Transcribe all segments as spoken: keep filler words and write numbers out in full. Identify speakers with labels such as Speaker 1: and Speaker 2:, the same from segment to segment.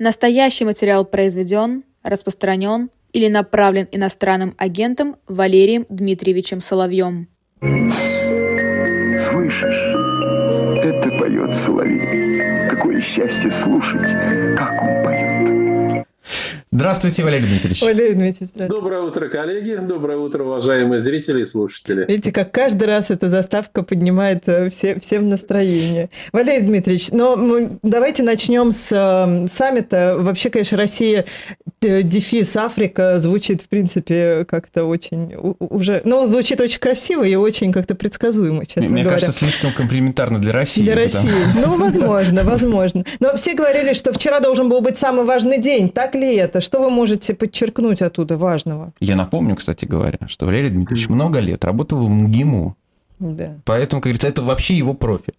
Speaker 1: Настоящий материал произведен, распространен или направлен иностранным агентом Валерием Дмитриевичем Соловьем.
Speaker 2: Слышишь? Это поет соловей. Какое счастье слушать, как он поет.
Speaker 3: Здравствуйте, Валерий Дмитриевич.
Speaker 4: Валерий Дмитриевич, здравствуйте.
Speaker 5: Доброе утро, коллеги. Доброе утро, уважаемые зрители и слушатели.
Speaker 4: Видите, как каждый раз эта заставка поднимает все, всем настроение. Валерий Дмитриевич, но давайте начнем с э, саммита. Вообще, конечно, Россия, дефис Африка звучит, в принципе, как-то очень уже... Ну, звучит очень красиво и очень как-то предсказуемо, честно
Speaker 3: Мне
Speaker 4: говоря.
Speaker 3: Мне кажется, слишком комплиментарно для России.
Speaker 4: Для России. Ну, возможно, возможно. Но все говорили, что вчера должен был быть самый важный день. Так ли это? Что вы можете подчеркнуть оттуда важного?
Speaker 3: Я напомню, кстати говоря, что Валерий Дмитриевич много лет работал в МГИМО.
Speaker 4: Да.
Speaker 3: Поэтому, как говорится, это вообще его профиль.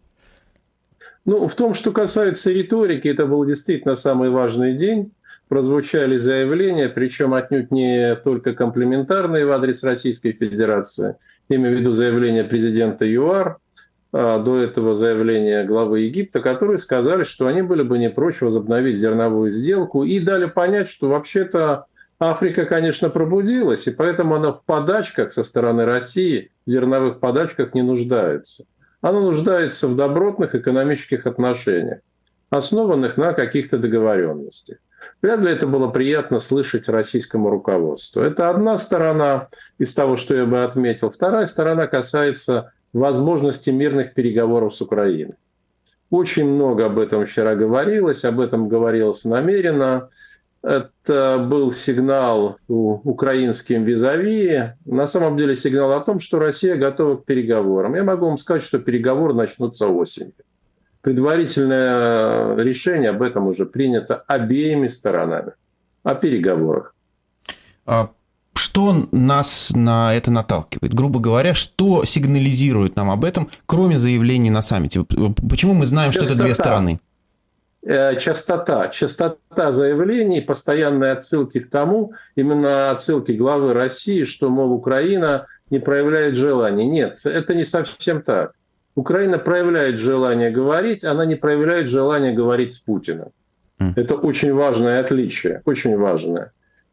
Speaker 5: Ну, в том, что касается риторики, это был действительно самый важный день. Прозвучали заявления, причем отнюдь не только комплиментарные в адрес Российской Федерации. Имею в виду заявление президента ЮАР, а до этого заявление главы Египта, которые сказали, что они были бы не прочь возобновить зерновую сделку и дали понять, что вообще-то Африка, конечно, пробудилась, и поэтому она в подачках со стороны России, в зерновых подачках не нуждается. Она нуждается в добротных экономических отношениях, основанных на каких-то договоренностях. Вряд ли это было приятно слышать российскому руководству. Это одна сторона из того, что я бы отметил. Вторая сторона касается возможности мирных переговоров с Украиной. Очень много об этом вчера говорилось, об этом говорилось намеренно. Это был сигнал украинским визави. На самом деле сигнал о том, что Россия готова к переговорам. Я могу вам сказать, что переговоры начнутся осенью. Предварительное решение об этом уже принято обеими сторонами. О переговорах.
Speaker 3: А что нас на это наталкивает? Грубо говоря, что сигнализирует нам об этом, кроме заявлений на саммите? Почему мы знаем,
Speaker 5: Частота.
Speaker 3: что это две стороны?
Speaker 5: Частота. Частота заявлений, постоянные отсылки к тому, именно отсылки главы России, что, мол, Украина не проявляет желания. Нет, это не совсем так. Украина проявляет желание говорить, она не проявляет желание говорить с Путиным. Это очень важное отличие, очень важное.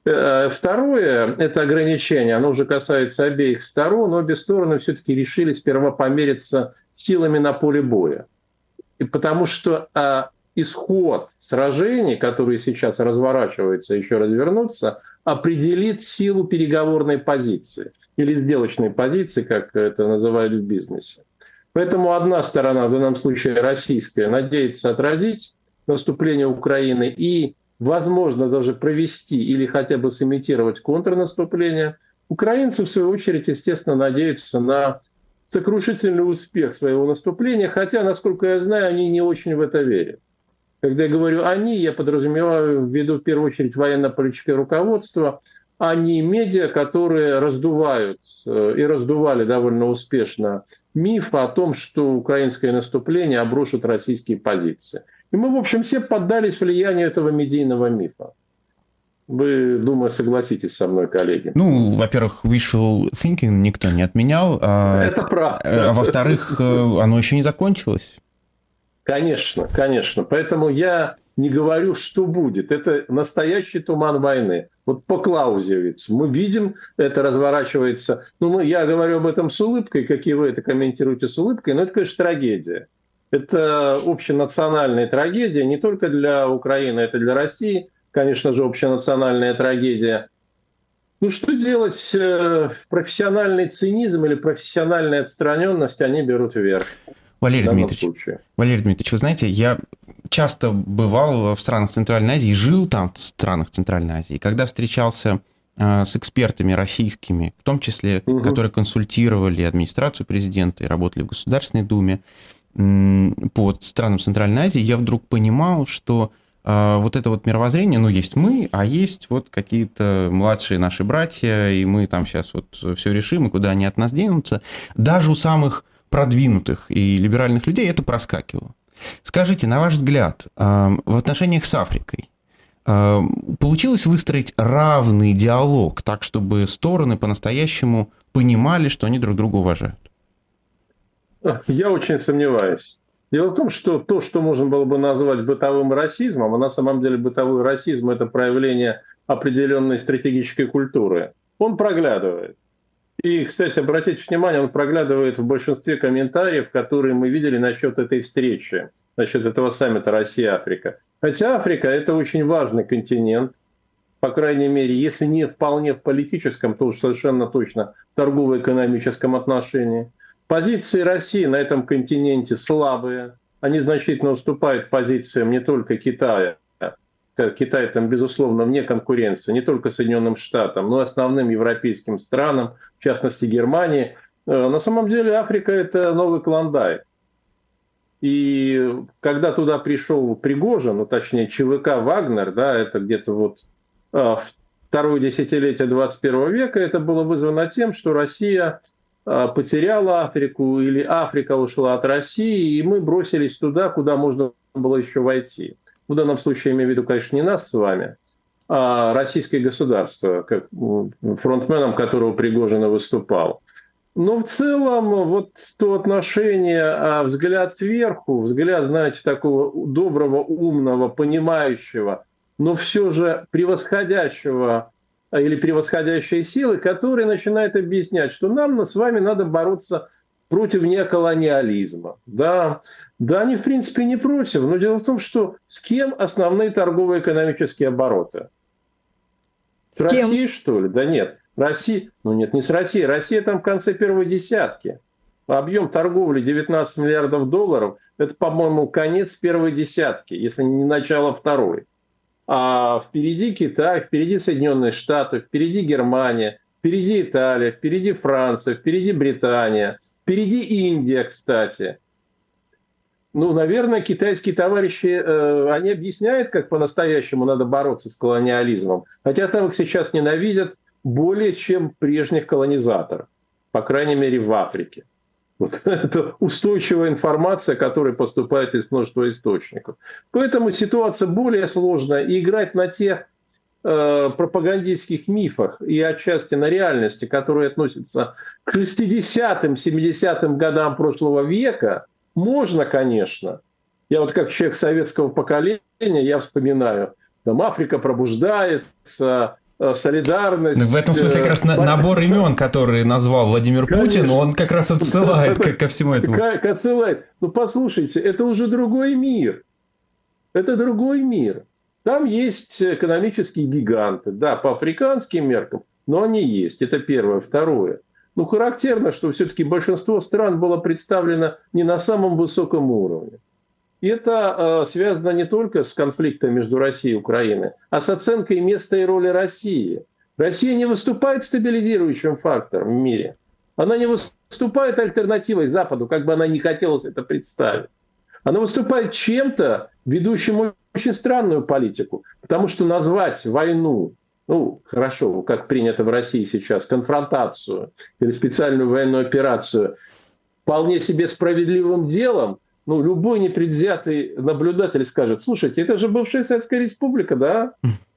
Speaker 5: Второе, это ограничение, оно уже касается обеих сторон, обе стороны все-таки решили сперва помериться силами на поле боя. И потому что а, исход сражений, которые сейчас разворачиваются, еще развернутся, определит силу переговорной позиции или сделочной позиции, как это называют в бизнесе. Поэтому одна сторона, в данном случае российская, надеется отразить наступление Украины и, возможно, даже провести или хотя бы сымитировать контрнаступление. Украинцы, в свою очередь, естественно, надеются на сокрушительный успех своего наступления, хотя, насколько я знаю, они не очень в это верят. Когда я говорю «они», я подразумеваю в виду в первую очередь военно-политическое руководство, а не медиа, которые раздувают и раздували довольно успешно миф о том, что украинское наступление обрушит российские позиции. И мы, в общем, все поддались влиянию этого медийного мифа. Вы, думаю, согласитесь со мной, коллеги.
Speaker 3: Ну, во-первых, wishful thinking никто не отменял. А,
Speaker 5: это правда.
Speaker 3: А во-вторых, оно еще не закончилось.
Speaker 5: Конечно, конечно. Поэтому я не говорю, что будет. Это настоящий туман войны. Вот по Клаузевицу мы видим, это разворачивается. Ну, мы, я говорю об этом с улыбкой, как и вы это комментируете с улыбкой, но это, конечно, трагедия. Это общенациональная трагедия не только для Украины, это для России. Конечно же, общенациональная трагедия. Ну, что делать? Профессиональный цинизм или профессиональная отстраненность, они берут вверх.
Speaker 3: Валерий Дмитриевич, Валерий Дмитриевич, вы знаете, я часто бывал в странах Центральной Азии, жил там в странах Центральной Азии, когда встречался э, с экспертами российскими, в том числе, угу. которые консультировали администрацию президента и работали в Государственной Думе э, по странам Центральной Азии, я вдруг понимал, что э, вот это вот мировоззрение, ну, есть мы, а есть вот какие-то младшие наши братья, и мы там сейчас вот все решим, и куда они от нас денутся. Даже у самых продвинутых и либеральных людей это проскакивало. Скажите, на ваш взгляд, в отношениях с Африкой получилось выстроить равный диалог, так, чтобы стороны по-настоящему понимали, что они друг друга уважают?
Speaker 5: Я очень сомневаюсь. Дело в том, что то, что можно было бы назвать бытовым расизмом, а на самом деле бытовой расизм – это проявление определенной стратегической культуры, он проглядывает. И, кстати, обратите внимание, он проглядывает в большинстве комментариев, которые мы видели насчет этой встречи, насчет этого саммита Россия-Африка. Хотя Африка – это очень важный континент, по крайней мере, если не вполне в политическом, то уж совершенно точно в торгово-экономическом отношении. Позиции России на этом континенте слабые, они значительно уступают позициям не только Китая. Китай там, безусловно, вне конкуренции, не только Соединенным Штатам, но и основным европейским странам, в частности Германии. На самом деле Африка – это новый Клондайк. И когда туда пришел Пригожин, ну точнее ЧВК «Вагнер», да, это где-то вот второе десятилетие двадцать первого века, это было вызвано тем, что Россия потеряла Африку или Африка ушла от России, и мы бросились туда, куда можно было еще войти. В данном случае я имею в виду, конечно, не нас с вами, а российское государство, как фронтменом которого Пригожин выступал. Но в целом вот то отношение, взгляд сверху, взгляд, знаете, такого доброго, умного, понимающего, но все же превосходящего или превосходящей силы, который начинает объяснять, что нам с вами надо бороться против неоколониализма. Да, да, они в принципе не против, но дело в том, что с кем основные торгово-экономические обороты? С Россией, что ли? Да нет. Россия, ну нет, не с Россией. Россия там в конце первой десятки. Объем торговли девятнадцать миллиардов долларов, это, по-моему, конец первой десятки, если не начало второй. А впереди Китай, впереди Соединенные Штаты, впереди Германия, впереди Италия, впереди Франция, впереди Британия, впереди Индия, кстати. Ну, наверное, китайские товарищи, э, они объясняют, как по-настоящему надо бороться с колониализмом. Хотя там их сейчас ненавидят более чем прежних колонизаторов. По крайней мере, в Африке. Вот это устойчивая информация, которая поступает из множества источников. Поэтому ситуация более сложная. И играть на тех э, пропагандистских мифах и отчасти на реальности, которые относятся к шестидесятым, семидесятым годам прошлого века, можно, конечно. Я вот как человек советского поколения, я вспоминаю, там Африка пробуждается, солидарность.
Speaker 3: В этом смысле как раз э, набор имен, которые назвал Владимир Конечно. Путин, он как раз отсылает ко, ко всему этому.
Speaker 5: Как отсылает. Ну, послушайте, это уже другой мир. Это другой мир. Там есть экономические гиганты, да, по африканским меркам, но они есть. Это первое. Второе. Ну, характерно, что все-таки большинство стран было представлено не на самом высоком уровне. И это э, связано не только с конфликтом между Россией и Украиной, а с оценкой места и роли России. Россия не выступает стабилизирующим фактором в мире. Она не выступает альтернативой Западу, как бы она ни хотелось это представить. Она выступает чем-то, ведущим очень странную политику. Потому что назвать войну, ну, хорошо, как принято в России сейчас, конфронтацию или специальную военную операцию, вполне себе справедливым делом, ну, любой непредвзятый наблюдатель скажет: слушайте, это же бывшая Советская Республика, да?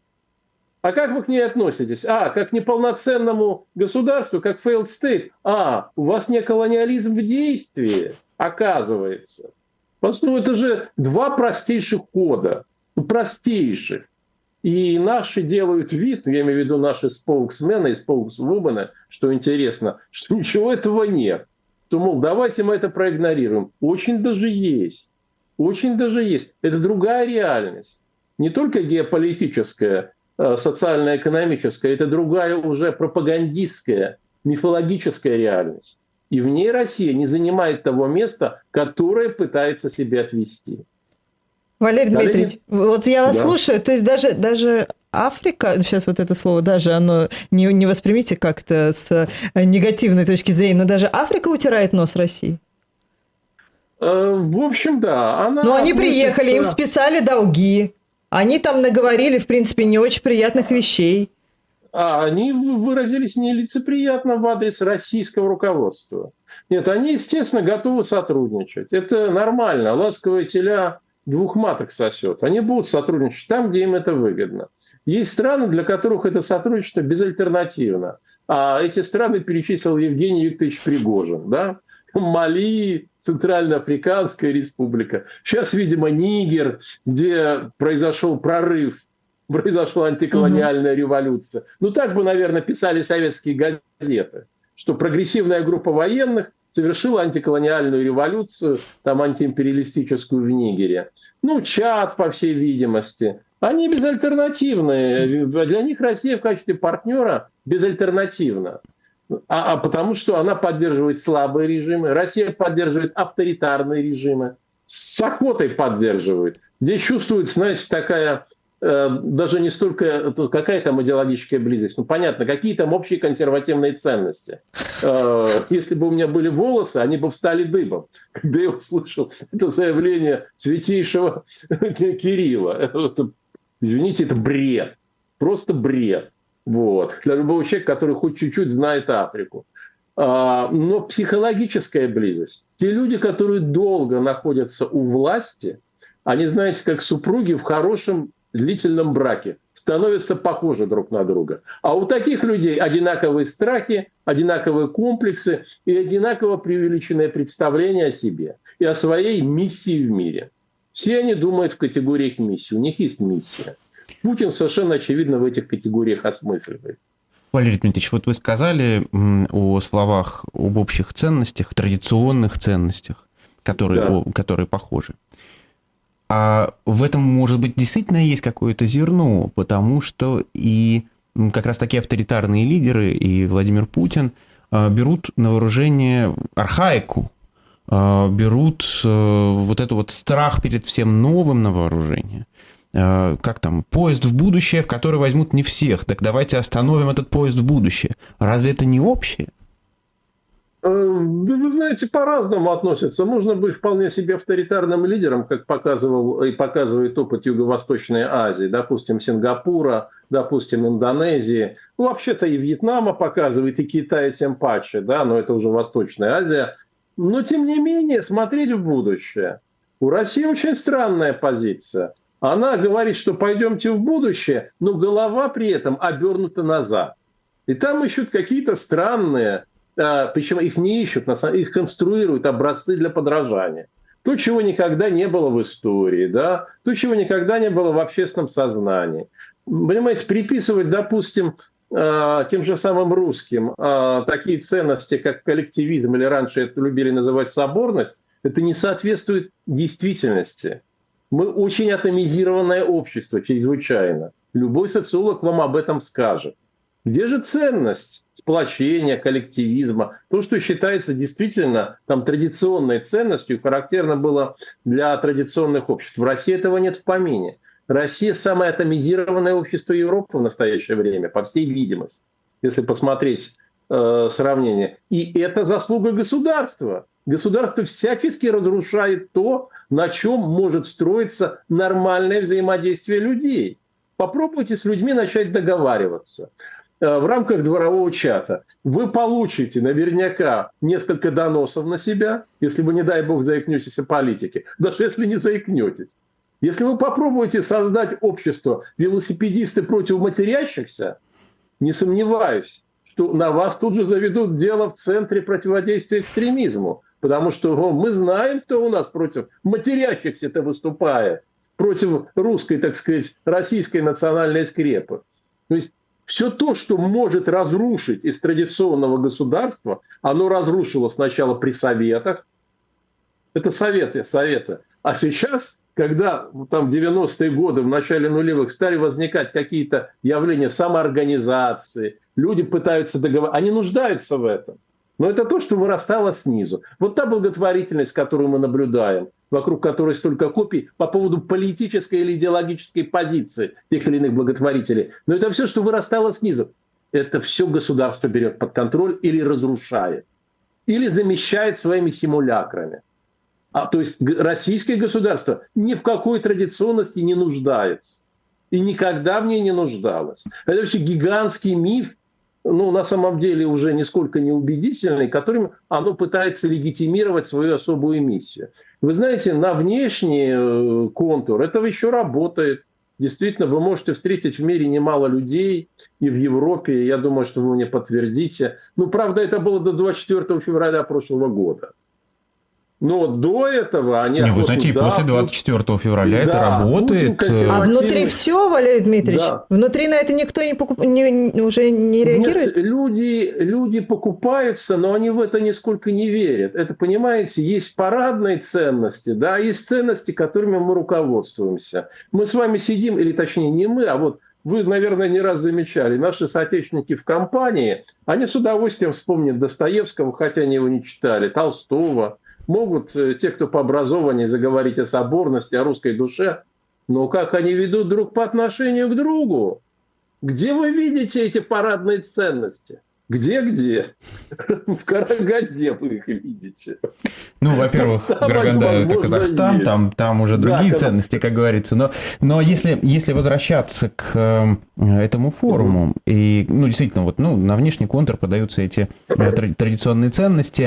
Speaker 5: А как вы к ней относитесь? А, как к неполноценному государству, как failed state. А, у вас не колониализм в действии, оказывается. Ну, это же два простейших хода. Ну, простейших. И наши делают вид, я имею в виду наши споуксмены и споуксвумены, что интересно, что ничего этого нет. То, мол, давайте мы это проигнорируем. Очень даже есть. Очень даже есть. Это другая реальность. Не только геополитическая, социально-экономическая, это другая уже пропагандистская, мифологическая реальность. И в ней Россия не занимает того места, которое пытается себе отвести.
Speaker 4: Валерий Дмитриевич, вот я вас да. слушаю, то есть даже, даже Африка, сейчас вот это слово даже, оно не, не воспримите как-то с негативной точки зрения, но даже Африка утирает нос России.
Speaker 5: В общем, да. Она
Speaker 4: но они приехали, им списали долги, они там наговорили, в принципе, не очень приятных вещей.
Speaker 5: А они выразились нелицеприятно в адрес российского руководства. Нет, они, естественно, готовы сотрудничать. Это нормально, ласковые теля двух маток сосет. Они будут сотрудничать там, где им это выгодно. Есть страны, для которых это сотрудничество безальтернативно. А эти страны перечислил Евгений Викторович Пригожин. Да? Мали, Центральноафриканская республика. Сейчас, видимо, Нигер, где произошел прорыв, произошла антиколониальная революция. Ну, так бы, наверное, писали советские газеты, что прогрессивная группа военных совершила антиколониальную революцию, там антиимпериалистическую в Нигере. Ну, Чад, по всей видимости. Они безальтернативные. Для них Россия в качестве партнера безальтернативна. А, а потому что она поддерживает слабые режимы. Россия поддерживает авторитарные режимы. С охотой поддерживает. Здесь чувствуется, знаете, такая... даже не столько, какая там идеологическая близость, ну понятно, какие там общие консервативные ценности. Если бы у меня были волосы, они бы встали дыбом, когда я услышал это заявление святейшего Кирилла. Это, извините, это бред, просто бред. Вот. Для любого человека, который хоть чуть-чуть знает Африку. Но психологическая близость. Те люди, которые долго находятся у власти, они, знаете, как супруги в хорошем длительном браке, становятся похожи друг на друга. А у таких людей одинаковые страхи, одинаковые комплексы и одинаково преувеличенное представление о себе и о своей миссии в мире. Все они думают в категориях миссии. У них есть миссия. Путин совершенно очевидно в этих категориях осмысливает.
Speaker 3: Валерий Дмитриевич, вот вы сказали о словах об общих ценностях, традиционных ценностях, которые,
Speaker 5: Да.
Speaker 3: о, которые похожи. А в этом, может быть, действительно есть какое-то зерно, потому что и как раз такие авторитарные лидеры, и Владимир Путин берут на вооружение архаику, берут вот этот вот страх перед всем новым на вооружение. Как там, поезд в будущее, в который возьмут не всех, так давайте остановим этот поезд в будущее. Разве это не общее?
Speaker 5: Да вы знаете, по-разному относятся. Можно быть вполне себе авторитарным лидером, как показывал и показывает опыт Юго-Восточной Азии, допустим, Сингапура, допустим, Индонезии. Ну, вообще-то и Вьетнама показывает, и Китай тем паче, да, но это уже Восточная Азия. Но, тем не менее, смотреть в будущее. У России очень странная позиция. Она говорит, что пойдемте в будущее, но голова при этом обернута назад. И там ищут какие-то странные... Причем их не ищут, их конструируют образцы для подражания. То, чего никогда не было в истории, да? То, чего никогда не было в общественном сознании. Понимаете, приписывать, допустим, тем же самым русским такие ценности, как коллективизм, или раньше это любили называть соборность, это не соответствует действительности. Мы очень атомизированное общество, чрезвычайно. Любой социолог вам об этом скажет. Где же ценность сплочения, коллективизма? То, что считается действительно там, традиционной ценностью, характерно было для традиционных обществ. В России этого нет в помине. Россия самое атомизированное общество Европы в настоящее время, по всей видимости, если посмотреть э, сравнение. И это заслуга государства. Государство всячески разрушает то, на чем может строиться нормальное взаимодействие людей. Попробуйте с людьми начать договариваться. В рамках дворового чата вы получите наверняка несколько доносов на себя, если вы, не дай бог, заикнетесь о политике, даже если не заикнетесь. Если вы попробуете создать общество велосипедисты против матерящихся, не сомневаюсь, что на вас тут же заведут дело в Центре противодействия экстремизму, потому что о, мы знаем, кто у нас против матерящихся-то выступает, против русской, так сказать, российской национальной скрепы. То есть все то, что может разрушить из традиционного государства, оно разрушило сначала при советах. Это советы, советы. А сейчас, когда там в девяностые годы, в начале нулевых стали возникать какие-то явления самоорганизации, люди пытаются договориться, они нуждаются в этом. Но это то, что вырастало снизу. Вот та благотворительность, которую мы наблюдаем, вокруг которой столько копий по поводу политической или идеологической позиции тех или иных благотворителей. Но это все, что вырастало снизу. Это все государство берет под контроль или разрушает. Или замещает своими симулякрами. А, то есть российское государство ни в какой традиционности не нуждается. И никогда в ней не нуждалось. Это вообще гигантский миф, ну, на самом деле уже нисколько не убедительный, которым оно пытается легитимировать свою особую миссию. Вы знаете, на внешний контур это еще работает. Действительно, вы можете встретить в мире немало людей, и в Европе, я думаю, что вы мне подтвердите. Ну, правда, это было до двадцать четвёртого февраля прошлого года. Но до этого они...
Speaker 3: Не, вы знаете, и после двадцать четвёртого февраля да, это работает.
Speaker 4: А внутри все, Валерий Дмитриевич? Да. Внутри на это никто не покуп... не, уже не реагирует?
Speaker 5: Нет, люди, люди покупаются, но они в это нисколько не верят. Это, понимаете, есть парадные ценности, да, есть ценности, которыми мы руководствуемся. Мы с вами сидим, или точнее не мы, а вот вы, наверное, не раз замечали, наши соотечественники в компании, они с удовольствием вспомнят Достоевского, хотя они его не читали, Толстого. Могут те, кто по образованию, заговорить о соборности, о русской душе, но как они ведут друг по отношению к другу? Где вы видите эти парадные ценности? Где-где? В Караганде вы их видите.
Speaker 3: Ну, во-первых, Караганда – это Казахстан, там, там уже другие да, ценности, как говорится. Но, но если, если возвращаться к этому форуму, угу. и, ну, действительно, вот, ну, на внешний контур подаются эти традиционные ценности.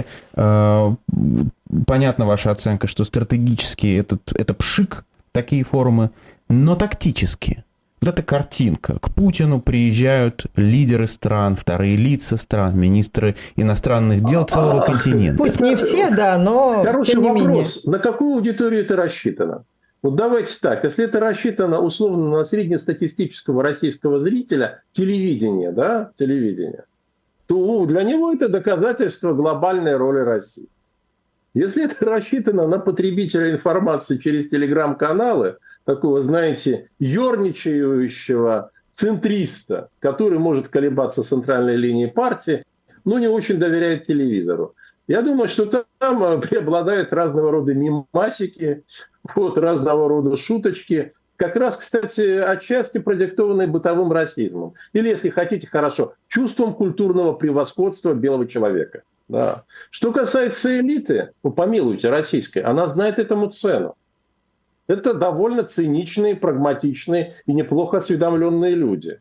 Speaker 3: Понятна ваша оценка, что стратегически это, это пшик, такие форумы, но тактически. Вот эта картинка. К Путину приезжают лидеры стран, вторые лица стран, министры иностранных дел целого континента.
Speaker 4: Пусть не все, да, но
Speaker 5: Хороший
Speaker 4: тем не
Speaker 5: вопрос.
Speaker 4: менее.
Speaker 5: На какую аудиторию это рассчитано? Вот давайте так. Если это рассчитано условно на среднестатистического российского зрителя, телевидение, да, телевидение, то для него это доказательство глобальной роли России. Если это рассчитано на потребителя информации через телеграм-каналы, такого, знаете, ерничающего центриста, который может колебаться в центральной линии партии, но не очень доверяет телевизору. Я думаю, что там преобладают разного рода мемасики, вот, разного рода шуточки, как раз, кстати, отчасти продиктованные бытовым расизмом. Или, если хотите, хорошо, чувством культурного превосходства белого человека. Да. Что касается элиты, ну, помилуйте, российской, она знает этому цену. Это довольно циничные, прагматичные и неплохо осведомленные люди.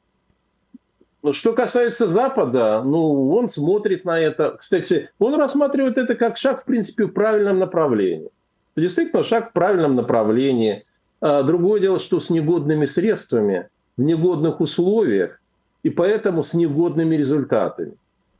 Speaker 5: Что касается Запада, ну, он смотрит на это. Кстати, он рассматривает это как шаг, в принципе, в правильном направлении. Действительно, шаг в правильном направлении. А другое дело, что с негодными средствами, в негодных условиях, и поэтому с негодными результатами.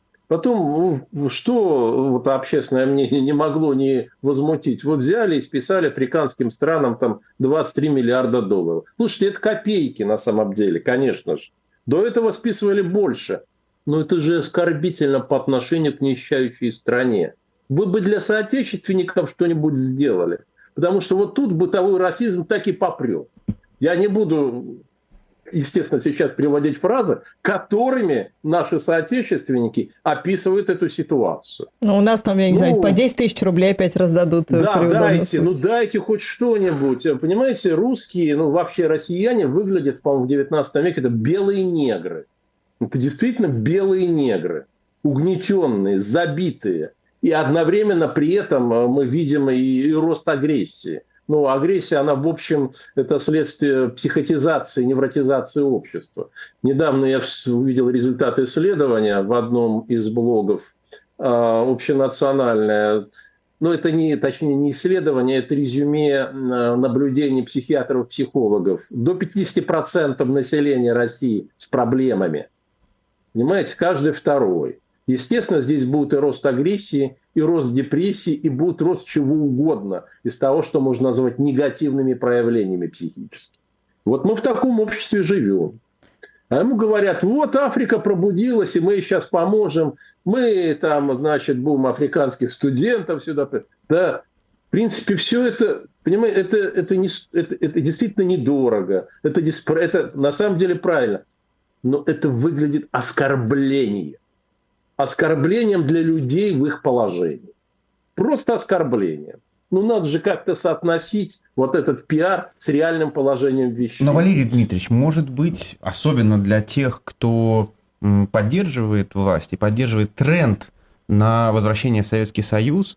Speaker 5: Потом, что вот общественное мнение не могло не возмутить? Вот взяли и списали африканским странам там двадцать три миллиарда долларов. Слушайте, это копейки на самом деле, конечно же. До этого списывали больше. Но это же оскорбительно по отношению к нищающей стране. Вы бы для соотечественников что-нибудь сделали. Потому что вот тут бытовой расизм так и попрет. Я не буду... естественно, сейчас приводить фразы, которыми наши соотечественники описывают эту ситуацию.
Speaker 4: Ну, у нас там, я не ну, знаю, по десять тысяч рублей опять раздадут.
Speaker 5: Да, дайте, ну дайте хоть что-нибудь. Понимаете, русские, ну вообще россияне выглядят, по-моему, в девятнадцатом веке, это белые негры. Это действительно белые негры, угнетенные, забитые. И одновременно при этом мы видим и, и рост агрессии. Ну, агрессия, она, в общем, это следствие психотизации, невротизации общества. Недавно я увидел результаты исследования в одном из блогов, э, общенациональное. Но это не, точнее, не исследование, это резюме наблюдений психиатров-психологов. До пятидесяти процентов населения России с проблемами. Понимаете, каждый второй. Естественно, здесь будет и рост агрессии, и рост депрессии, и будет рост чего угодно из того, что можно назвать негативными проявлениями психическими. Вот мы в таком обществе живем. А ему говорят, вот Африка пробудилась, и мы ей сейчас поможем. Мы там, значит, будем африканских студентов сюда. Да, в принципе, все это, понимаете, это, это, не, это, это действительно недорого. Это, это на самом деле правильно. Но это выглядит оскорблением. Оскорблением для людей в их положении. Просто оскорблением. Ну, надо же как-то соотносить вот этот пиар с реальным положением вещей.
Speaker 3: Но, Валерий Дмитриевич, может быть, особенно для тех, кто поддерживает власть и поддерживает тренд на возвращение в Советский Союз,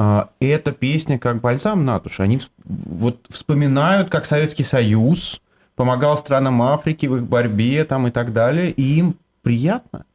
Speaker 3: эта песня как бальзам на душу. Они вот вспоминают, как Советский Союз помогал странам Африки в их борьбе там, и так далее, и им приятно.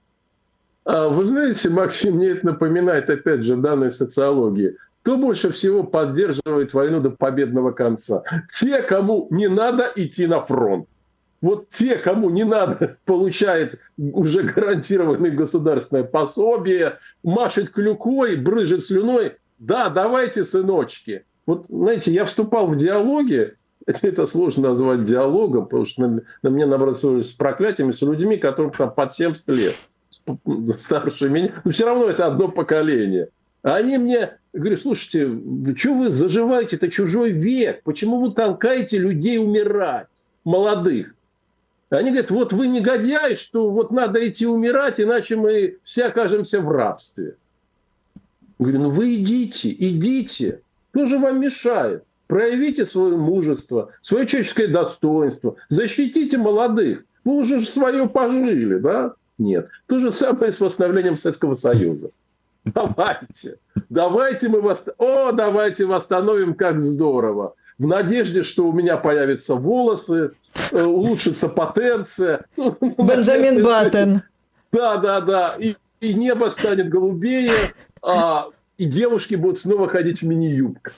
Speaker 5: Вы знаете, Максим, мне это напоминает, опять же, данные социологии. Кто больше всего поддерживает войну до победного конца? Те, кому не надо идти на фронт. Вот те, кому не надо, получают уже гарантированное государственное пособие, машет клюкой, брызжет слюной. да, давайте, сыночки. Вот, знаете, я вступал в диалоги, это сложно назвать диалогом, потому что на, на меня набрасывались с проклятиями, с людьми, которым там под семьдесят лет, старше меня, но все равно это одно поколение. А они мне говорят: слушайте, что вы заживаете, это чужой век, почему вы толкаете людей умирать, молодых? Они говорят: вот вы негодяй, что вот надо идти умирать, иначе мы все окажемся в рабстве. Я говорю: ну вы идите, идите, кто же вам мешает? Проявите свое мужество, свое человеческое достоинство, защитите молодых. Вы уже свое пожили, да? Нет. То же самое с восстановлением Советского Союза. Давайте, давайте мы вас... О, давайте восстановим, как здорово. В надежде, что у меня появятся волосы, улучшится потенция.
Speaker 4: Бенджамин Баттон.
Speaker 5: Да, да, да. И, и небо станет голубее, а, и девушки будут снова ходить в мини-юбках.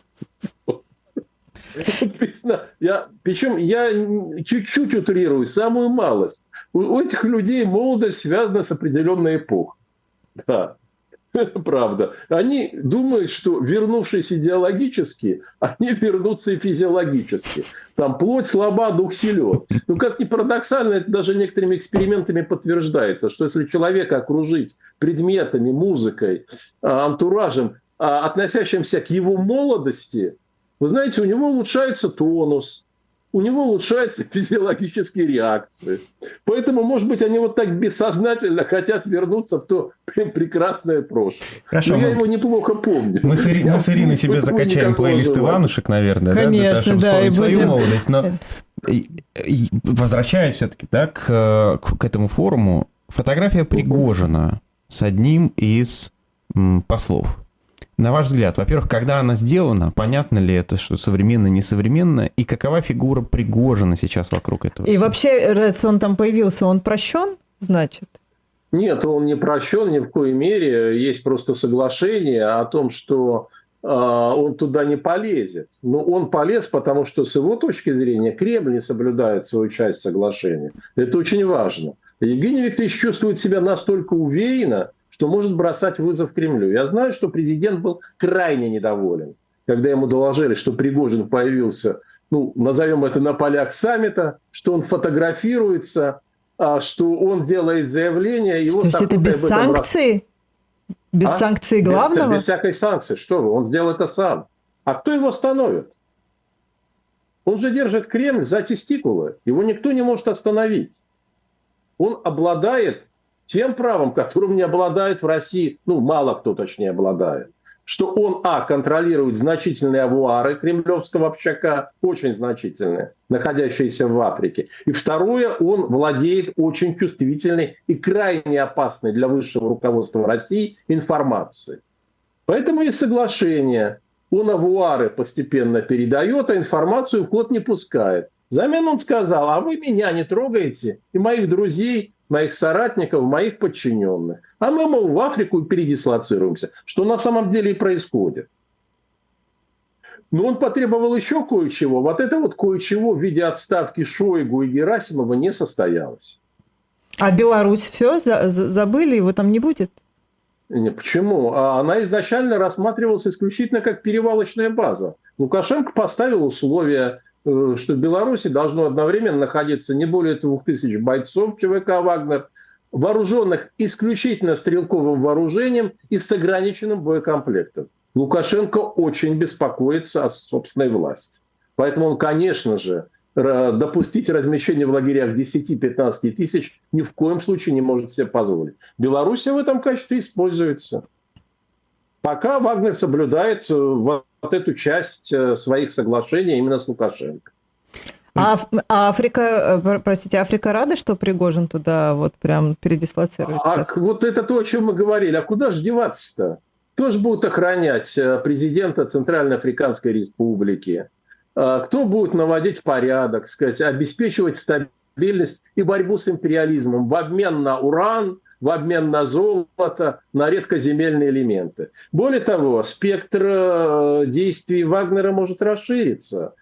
Speaker 5: Я, причем я чуть-чуть утрирую, самую малость. У этих людей молодость связана с определенной эпохой. Да, правда. Они думают, что, вернувшись идеологически, они вернутся и физиологически. Там плоть слаба, дух силен. Ну, как ни парадоксально, это даже некоторыми экспериментами подтверждается, что если человека окружить предметами, музыкой, антуражем, относящимся к его молодости, вы знаете, у него улучшается тонус, у него улучшаются физиологические реакции. Поэтому, может быть, они вот так бессознательно хотят вернуться в то прекрасное прошлое.
Speaker 3: Хорошо,
Speaker 5: но
Speaker 3: мы,
Speaker 5: я его неплохо помню.
Speaker 3: Мы с, Ири, мы с Ириной себе закачаем плейлист Иванушек, наверное.
Speaker 4: Конечно,
Speaker 3: да,
Speaker 4: да.
Speaker 3: И
Speaker 4: будем...
Speaker 3: свою молодость. Но возвращаясь все-таки да, к, к этому форуму, фотография Пригожина с одним из м, послов. На ваш взгляд, во-первых, когда она сделана, понятно ли это, что современно, несовременно, и какова фигура Пригожина сейчас вокруг этого?
Speaker 4: И вообще, раз он там появился, он прощен, значит?
Speaker 5: Нет, он не прощен ни в коей мере. Есть просто соглашение о том, что э, он туда не полезет. Но он полез, потому что с его точки зрения Кремль не соблюдает свою часть соглашения. Это очень важно. Евгений Викторович чувствует себя настолько уверенно, что может бросать вызов Кремлю. Я знаю, что президент был крайне недоволен, когда ему доложили, что Пригожин появился, ну, назовем это на полях саммита, что он фотографируется, что он делает заявление. Его
Speaker 4: то есть это без санкций? Без а? санкций главного?
Speaker 5: Без, без всякой санкции. Что вы, он сделал это сам. А кто его остановит? Он же держит Кремль за тестикулы. Его никто не может остановить. Он обладает тем правом, которым не обладает в России, ну, мало кто точнее обладает, что он, а, контролирует значительные авуары кремлевского общака, очень значительные, находящиеся в Африке. И второе, он владеет очень чувствительной и крайне опасной для высшего руководства России информацией. Поэтому есть соглашение. Он авуары постепенно передает, а информацию в ход не пускает. Взамен он сказал: а вы меня не трогаете и моих друзей, моих соратников, моих подчиненных. А мы, мол, в Африку передислоцируемся, что на самом деле и происходит. Но он потребовал еще кое-чего. Вот это вот кое-чего в виде отставки Шойгу и Герасимова не состоялось.
Speaker 4: А Беларусь все? Забыли? Его там не будет?
Speaker 5: Не, почему? Она изначально рассматривалась исключительно как перевалочная база. Лукашенко поставил условия, что в Беларуси должно одновременно находиться не более двух тысяч бойцов ЧВК «Вагнер», вооруженных исключительно стрелковым вооружением и с ограниченным боекомплектом. Лукашенко очень беспокоится о собственной власти. Поэтому он, конечно же, допустить размещение в лагерях десять-пятнадцать тысяч ни в коем случае не может себе позволить. Беларусь в этом качестве используется. Пока Вагнер соблюдает вот эту часть своих соглашений именно с Лукашенко.
Speaker 4: А, а Африка, простите, Африка рада, что Пригожин туда вот прям передислоцируется?
Speaker 5: А, вот это то, о чем мы говорили. А куда же деваться-то? Кто же будет охранять президента Центральноафриканской Республики? Кто будет наводить порядок, сказать, обеспечивать стабильность и борьбу с империализмом в обмен на уран, в обмен на золото, на редкоземельные элементы? Более того, спектр действий Вагнера может расшириться.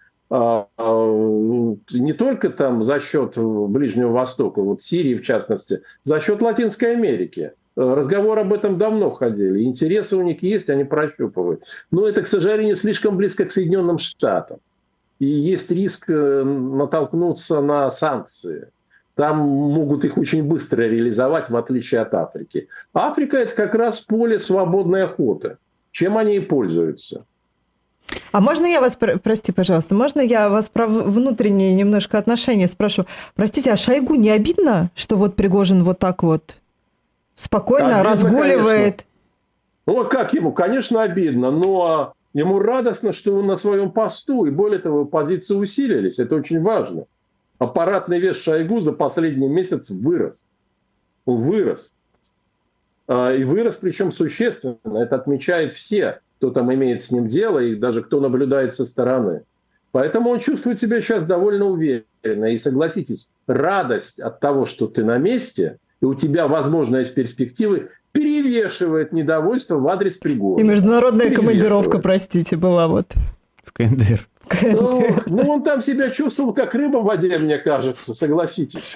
Speaker 5: Не только там за счет Ближнего Востока, вот Сирии в частности, за счет Латинской Америки. Разговор об этом давно ходили. Интересы у них есть, они прощупывают. Но это, к сожалению, слишком близко к Соединенным Штатам. И есть риск натолкнуться на санкции. Там могут их очень быстро реализовать, в отличие от Африки. Африка – это как раз поле свободной охоты. Чем они и пользуются.
Speaker 4: А можно я вас, прости, пожалуйста, можно я вас про внутренние немножко отношения спрошу? Простите, а Шойгу не обидно, что вот Пригожин вот так вот спокойно обидно, разгуливает?
Speaker 5: Конечно. Ну, а как ему? Конечно, обидно, но ему радостно, что он на своем посту, и более того, позиции усилились. Это очень важно. Аппаратный вес Шойгу за последний месяц вырос. Он вырос. И вырос, причем существенно. Это отмечают все, кто там имеет с ним дело, и даже кто наблюдает со стороны. Поэтому он чувствует себя сейчас довольно уверенно. И согласитесь, радость от того, что ты на месте, и у тебя, возможно, есть перспективы, перевешивает недовольство в адрес Пригожина.
Speaker 4: И международная командировка, простите, была вот.
Speaker 3: В КНДР.
Speaker 5: Ну, ну, он там себя чувствовал как рыба в воде, мне кажется, согласитесь.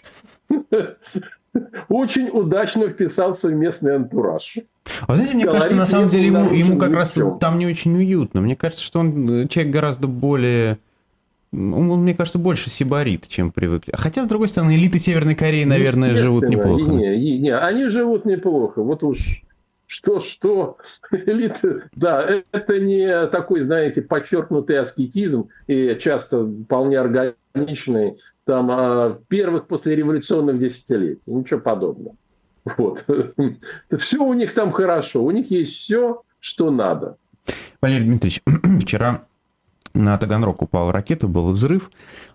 Speaker 5: Очень удачно вписался в местный антураж.
Speaker 3: А знаете, мне кажется, на самом деле ему, ему как раз там не очень уютно. Мне кажется, что он человек гораздо более... Он, мне кажется, больше сибарит, чем привыкли. Хотя, с другой стороны, элиты Северной Кореи, наверное, живут неплохо.
Speaker 5: Не, не, не, они живут неплохо. Вот уж что-что. Элиты, да, это не такой, знаете, подчеркнутый аскетизм и часто вполне органичный там первых послереволюционных десятилетий. Ничего подобного. Вот. Все у них там хорошо. У них есть все, что надо.
Speaker 3: Валерий Дмитриевич, вчера на Таганрог упала ракета, был взрыв,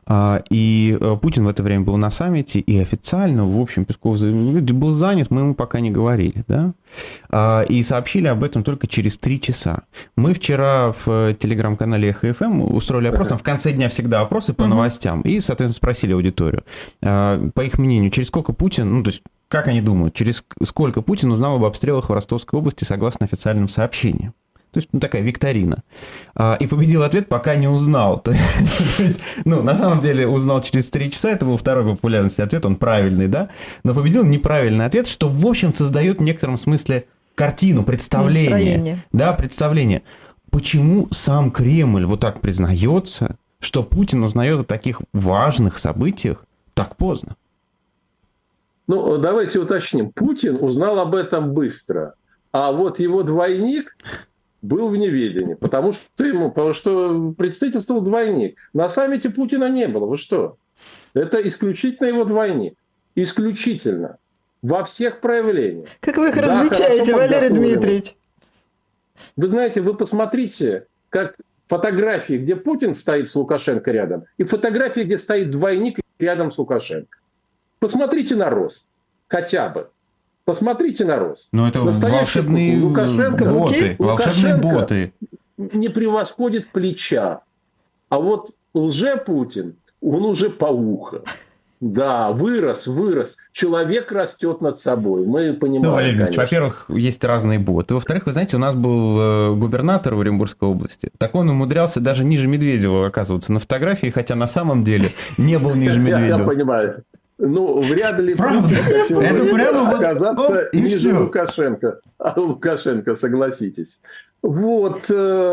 Speaker 3: и Путин в это время был на саммите, и официально, в общем, Песков был занят, мы ему пока не говорили, да, и сообщили об этом только через три часа. Мы вчера в телеграм-канале Эхо эф эм устроили опрос, там в конце дня всегда опросы по новостям, и, соответственно, спросили аудиторию, по их мнению, через сколько Путин, ну, то есть, как они думают, через сколько Путин узнал об обстрелах в Ростовской области согласно официальным сообщениям? То есть, ну, такая викторина. И победил ответ, пока не узнал. То есть, ну, на самом деле, узнал через три часа, это был второй по популярности ответ, он правильный, да? Но победил неправильный ответ, что, в общем, создает в некотором смысле картину, представление. Настроение. Да, представление. Почему сам Кремль вот так признается, что Путин узнает о таких важных событиях так поздно?
Speaker 5: Ну, давайте уточним. Путин узнал об этом быстро, а вот его двойник... был в неведении, потому что ему, потому что представительствовал двойник. На саммите Путина не было. Вы что? Это исключительно его двойник. Исключительно. Во всех проявлениях.
Speaker 4: Как вы их да, различаете, Валерий Дмитриевич?
Speaker 5: Вы знаете, вы посмотрите, как фотографии, где Путин стоит с Лукашенко рядом, и фотографии, где стоит двойник рядом с Лукашенко. Посмотрите на рост. Хотя бы. Посмотрите на рост.
Speaker 3: Но это волшебные
Speaker 5: Лукашенко,
Speaker 3: боты. Волшебные боты.
Speaker 5: Не превосходит плеча. А вот лже-Путин, он уже по ухо. Да, вырос, вырос. Человек растет над собой. Мы понимаем,
Speaker 3: ну, Валерий Ильич, во-первых, есть разные боты. Во-вторых, вы знаете, у нас был губернатор в Оренбургской области. Так он умудрялся даже ниже Медведева оказываться на фотографии, хотя на самом деле не был ниже Медведева.
Speaker 5: Я понимаю. Ну, вряд ли
Speaker 3: Путин хотел
Speaker 5: оказаться ниже Лукашенко. А Лукашенко, согласитесь. Вот.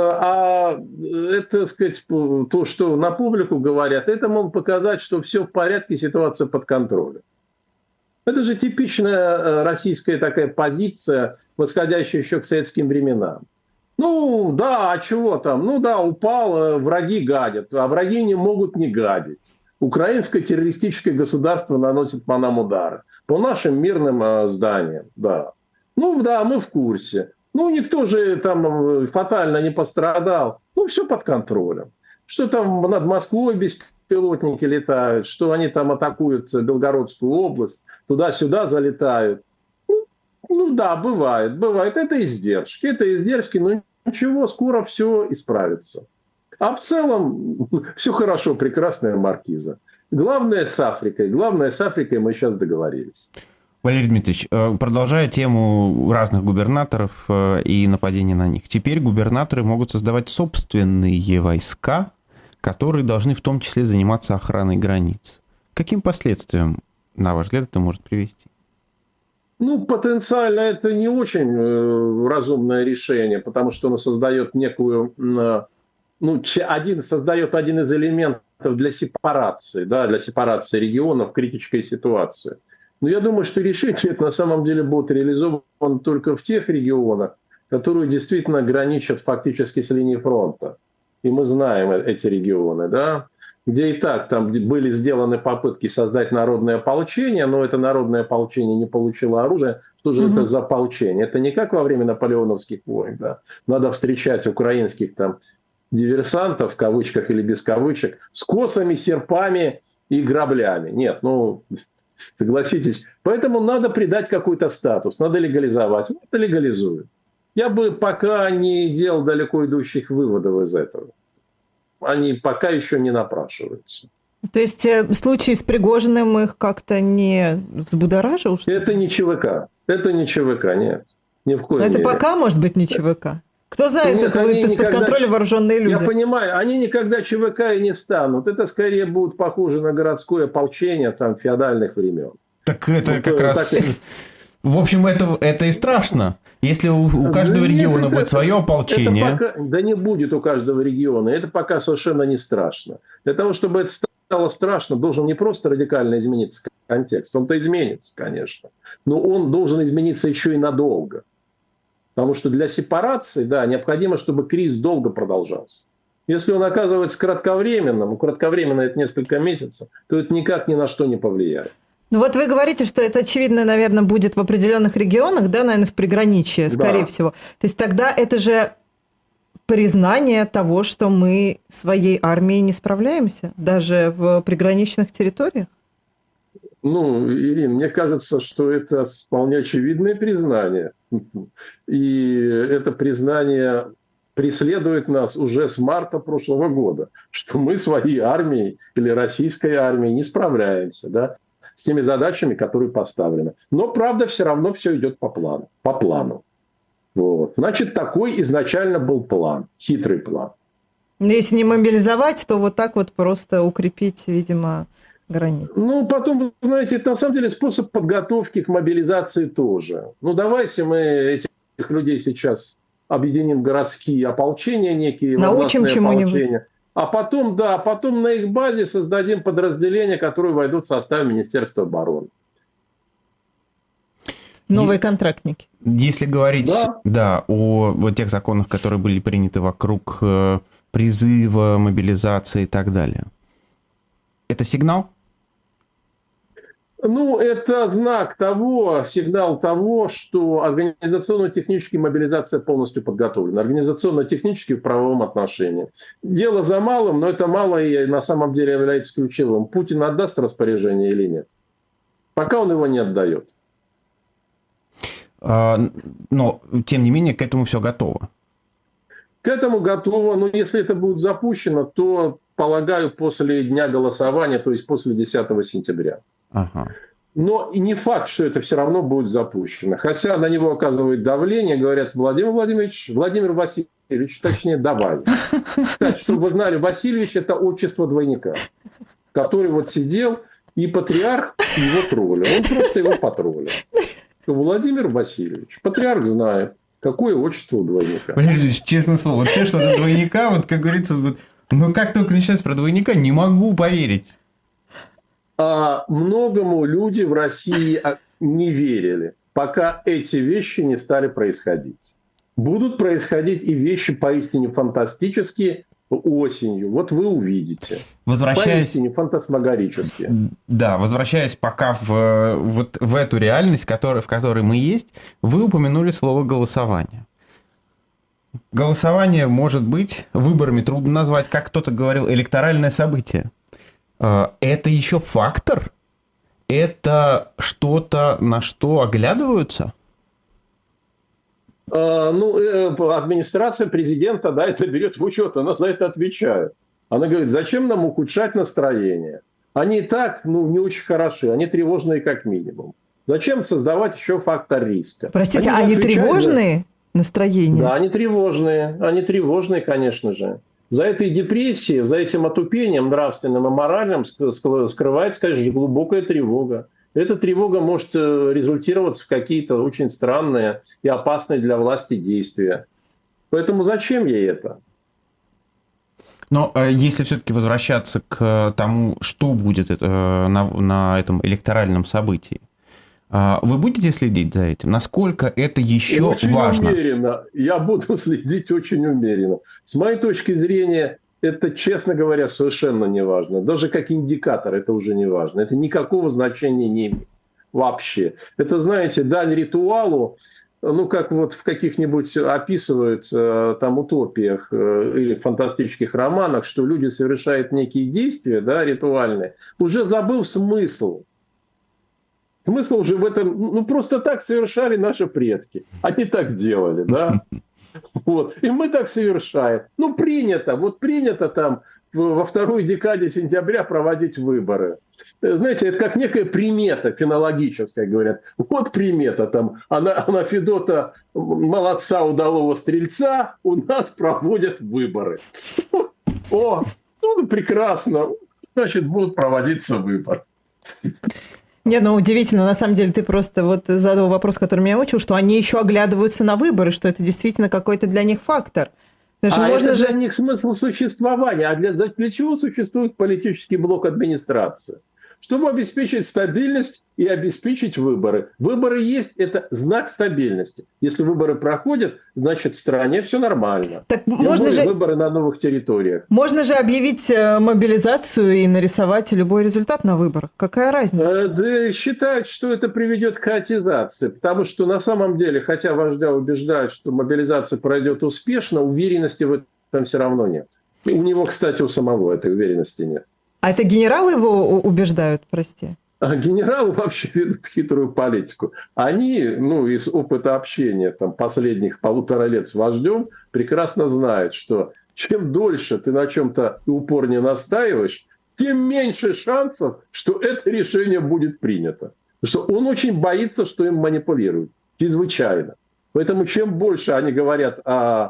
Speaker 5: А это, так сказать, то, что на публику говорят, это могут показать, что все в порядке, ситуация под контролем. Это же типичная российская такая позиция, восходящая еще к советским временам. Ну, да, а чего там? Ну, да, упал, враги гадят, а враги не могут не гадить. Украинское террористическое государство наносит по нам удары. По нашим мирным э, зданиям, да. Ну, да, мы в курсе. Ну, никто же там фатально не пострадал. Ну, все под контролем. Что там над Москвой беспилотники летают, что они там атакуют Белгородскую область, туда-сюда залетают. Ну, ну да, бывает, бывает. Это издержки. Это издержки, но ничего, скоро все исправится. А в целом все хорошо, прекрасная маркиза. Главное с Африкой. Главное с Африкой мы сейчас договорились.
Speaker 3: Валерий Дмитриевич, продолжая тему разных губернаторов и нападений на них. Теперь губернаторы могут создавать собственные войска, которые должны в том числе заниматься охраной границ. К каким последствиям, на ваш взгляд, это может привести?
Speaker 5: Ну, потенциально это не очень э, разумное решение, потому что оно создает некую, э, ну, один, создает один из элементов для сепарации, да, для сепарации регионов в критической ситуации. Но я думаю, что решение это на самом деле будет реализовано только в тех регионах, которые действительно граничат фактически с линией фронта. И мы знаем эти регионы, да, где и так там были сделаны попытки создать народное ополчение, но это народное ополчение не получило оружие. Что же mm-hmm. это за ополчение? Это не как во время наполеоновских войн, да. Надо встречать украинских там диверсантов, в кавычках или без кавычек, с косами, серпами и граблями. Нет, ну, согласитесь. Поэтому надо придать какой-то статус, надо легализовать. Вот это легализуют. Я бы пока не делал далеко идущих выводов из этого. Они пока еще не напрашиваются.
Speaker 4: То есть случай с Пригожиным их как-то не взбудоражил?
Speaker 5: Это не ЧВК. Это не ЧВК, нет. Ни в коем
Speaker 4: Но это
Speaker 5: мере.
Speaker 4: пока может быть не ЧВК. Кто знает, нет, как выйдут из-под никогда... контроля вооруженные люди.
Speaker 5: Я понимаю, они никогда ЧВК и не станут. Это скорее будут похожи на городское ополчение там, феодальных времен.
Speaker 3: Так это вот, как раз... Так... В общем, это, это и страшно. Если у, у каждого Нет, региона это, будет свое ополчение...
Speaker 5: Это пока, да не будет у каждого региона. Это пока совершенно не страшно. Для того, чтобы это стало страшно, должен не просто радикально измениться контекст. Он-то изменится, конечно. Но он должен измениться еще и надолго. Потому что для сепарации, да, необходимо, чтобы кризис долго продолжался. Если он оказывается кратковременным, ну, кратковременно это несколько месяцев, то это никак ни на что не повлияет.
Speaker 4: Ну вот вы говорите, что это, очевидно, наверное, будет в определенных регионах, да, наверное, в приграничье, скорее да. всего. То есть тогда это же признание того, что мы своей армией не справляемся, даже в приграничных территориях?
Speaker 5: Ну, Ирина, мне кажется, что это вполне очевидное признание. И это признание преследует нас уже с марта прошлого года, что мы своей армией или российской армией не справляемся, да, с теми задачами, которые поставлены. Но, правда, все равно все идет по плану. По плану. Вот. Значит, такой изначально был план, хитрый план.
Speaker 4: Но если не мобилизовать, то вот так вот просто укрепить, видимо, границы.
Speaker 5: Ну, потом, вы знаете, это на самом деле способ подготовки к мобилизации тоже. Ну, давайте мы этих людей сейчас объединим в городские ополчения некие.
Speaker 4: Научим чему-нибудь.
Speaker 5: А потом, да, потом на их базе создадим подразделения, которые войдут в состав Министерства обороны.
Speaker 4: Новые контрактники.
Speaker 3: Если говорить
Speaker 5: да.
Speaker 3: Да, о, о тех законах, которые были приняты вокруг э, призыва, мобилизации и так далее. Это сигнал?
Speaker 5: Ну, это знак того, сигнал того, что организационно-технически мобилизация полностью подготовлена. Организационно-технически в правовом отношении. Дело за малым, но это мало и на самом деле является ключевым. Путин отдаст распоряжение или нет? Пока он его не отдает.
Speaker 3: А, но, тем не менее, к этому все готово.
Speaker 5: К этому готово. Но если это будет запущено, то, полагаю, после дня голосования, то есть после десятого сентября.
Speaker 3: Ага.
Speaker 5: Но и не факт, что это все равно будет запущено. Хотя на него оказывают давление, говорят: Владимир Владимирович, Владимир Васильевич, точнее, давай. Кстати, чтобы вы знали, Васильевич – это отчество двойника, который вот сидел, и патриарх его троллил. Он просто его потроллил. Владимир Васильевич, патриарх знает, какое отчество у двойника.
Speaker 3: Валерий Ильич, честное слово, вот все, что до двойника, вот как говорится, вот, ну как только начинается про двойника, не могу поверить.
Speaker 5: А многому люди в России не верили, пока эти вещи не стали происходить. Будут происходить и вещи поистине фантастические осенью. Вот вы увидите.
Speaker 3: Возвращаясь...
Speaker 5: Поистине фантасмагорические.
Speaker 3: Да, возвращаясь пока в, вот в эту реальность, который, в которой мы есть, вы упомянули слово «голосование». Голосование может быть, выборами трудно назвать, как кто-то говорил, электоральное событие. Это еще фактор? Это что-то, на что оглядываются?
Speaker 5: А, ну, администрация президента, да, это берет в учет, она за это отвечает. Она говорит: зачем нам ухудшать настроение? Они и так, ну, не очень хороши, они тревожные как минимум. Зачем создавать еще фактор риска?
Speaker 4: Простите, они, они тревожные настроения?
Speaker 5: Да, они тревожные, они тревожные, конечно же. За этой депрессией, за этим отупением нравственным и моральным скрывается, конечно, глубокая тревога. эта тревога может результироваться в какие-то очень странные и опасные для власти действия. Поэтому зачем ей это?
Speaker 3: Но если все-таки возвращаться к тому, что будет это, на, на этом электоральном событии, вы будете следить за этим? Насколько это еще
Speaker 5: очень
Speaker 3: важно?
Speaker 5: Умеренно. Я буду следить очень умеренно. С моей точки зрения, это, честно говоря, совершенно не важно. Даже как индикатор это уже не важно. Это никакого значения не имеет вообще. Это, знаете, дань ритуалу, ну, как вот в каких-нибудь описывают э, там утопиях э, или фантастических романах, что люди совершают некие действия, да, ритуальные, уже забыв смысл. Смысл уже в этом, ну, просто так совершали наши предки. Они так делали, да. Вот. И мы так совершаем. Ну, принято, вот принято там во второй декаде сентября проводить выборы. Знаете, это как некая примета фенологическая, говорят. Вот примета там, а на, а на Федота молодца удалого стрельца у нас проводят выборы. О, ну прекрасно, значит, будут проводиться выборы.
Speaker 4: Не, ну удивительно, на самом деле ты просто вот задал вопрос, который меня мучил, что они еще оглядываются на выборы, что это действительно какой-то для них фактор.
Speaker 5: А можно это же... для них смысл существования. А для, для чего существует политический блок администрации? Чтобы обеспечить стабильность и обеспечить выборы. Выборы есть, это знак стабильности. Если выборы проходят, значит в стране все нормально.
Speaker 4: Так можно же...
Speaker 5: Выборы на новых территориях.
Speaker 4: Можно же объявить мобилизацию и нарисовать любой результат на выборах. Какая разница?
Speaker 5: Да, считают, что это приведет к хаотизации. Потому что на самом деле, хотя вождя убеждают, что мобилизация пройдет успешно, уверенности в этом все равно нет. У него, кстати, у самого этой уверенности нет.
Speaker 4: А это генералы его убеждают, прости?
Speaker 5: А генералы вообще ведут хитрую политику. Они, ну, из опыта общения там, последних полутора лет с вождем, прекрасно знают, что чем дольше ты на чем-то упорнее настаиваешь, тем меньше шансов, что это решение будет принято. Потому что он очень боится, что им манипулируют. Чрезвычайно. Поэтому чем больше они говорят о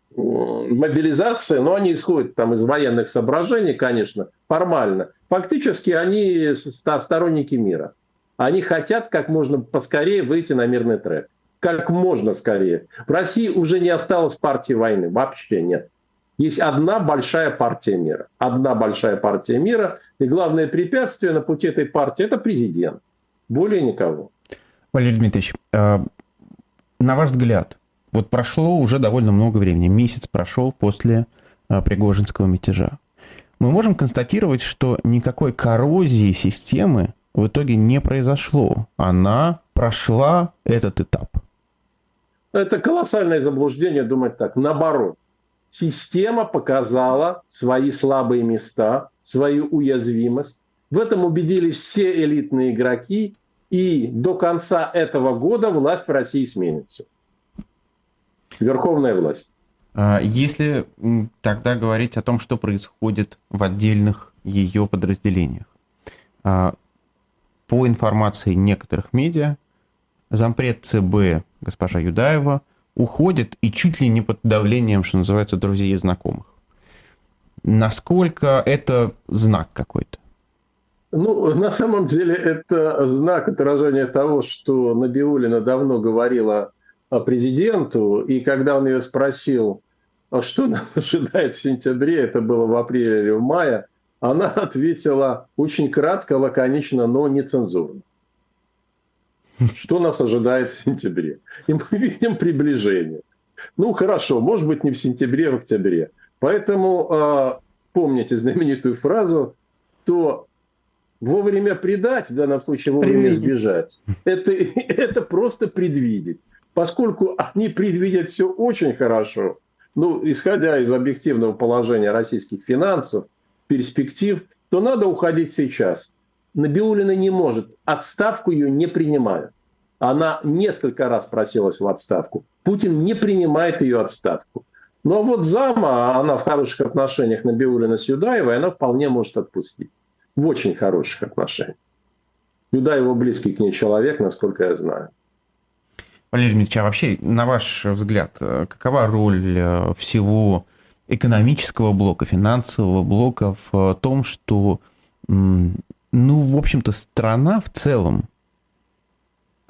Speaker 5: мобилизации, но они исходят там из военных соображений, конечно, формально. Фактически они сторонники мира. Они хотят как можно поскорее выйти на мирный трек. Как можно скорее. В России уже не осталось партии войны. Вообще нет. Есть одна большая партия мира. Одна большая партия мира. И главное препятствие на пути этой партии – это президент. Более никого.
Speaker 3: Валерий Дмитриевич, на ваш взгляд, вот прошло уже довольно много времени. Месяц прошел после Пригожинского мятежа. Мы можем констатировать, что никакой коррозии системы в итоге не произошло. Она прошла этот этап.
Speaker 5: Это колоссальное заблуждение думать так. Наоборот. Система показала свои слабые места, свою уязвимость. В этом убедились все элитные игроки. И до конца этого года власть в России сменится. Верховная власть.
Speaker 3: Если тогда говорить о том, что происходит в отдельных ее подразделениях. По информации некоторых медиа, зампред ЦБ госпожа Юдаева уходит и чуть ли не под давлением, что называется, друзей и знакомых. Насколько это знак какой-то?
Speaker 5: Ну, на самом деле, это знак отражения того, что Набиуллина давно говорила президенту, и когда он ее спросил, что нас ожидает в сентябре, это было в апреле или в мае, она ответила очень кратко, лаконично, но нецензурно. Что нас ожидает в сентябре? И мы видим приближение. Ну, хорошо, может быть, не в сентябре, а в октябре. Поэтому помните знаменитую фразу, что вовремя предать, в данном случае вовремя избежать, это, это просто предвидеть. Поскольку они предвидят все очень хорошо, ну, исходя из объективного положения российских финансов, перспектив, то надо уходить сейчас. Набиуллина не может, отставку ее не принимают. Она несколько раз просилась в отставку. Путин не принимает ее отставку. Но вот зама, она в хороших отношениях Набиуллина с Юдаевой, она вполне может отпустить. В очень хороших отношениях. Юдаева близкий к ней человек, насколько я знаю.
Speaker 3: Валерий Дмитриевич, а вообще, на ваш взгляд, какова роль всего экономического блока, финансового блока в том, что, ну, в общем-то, страна в целом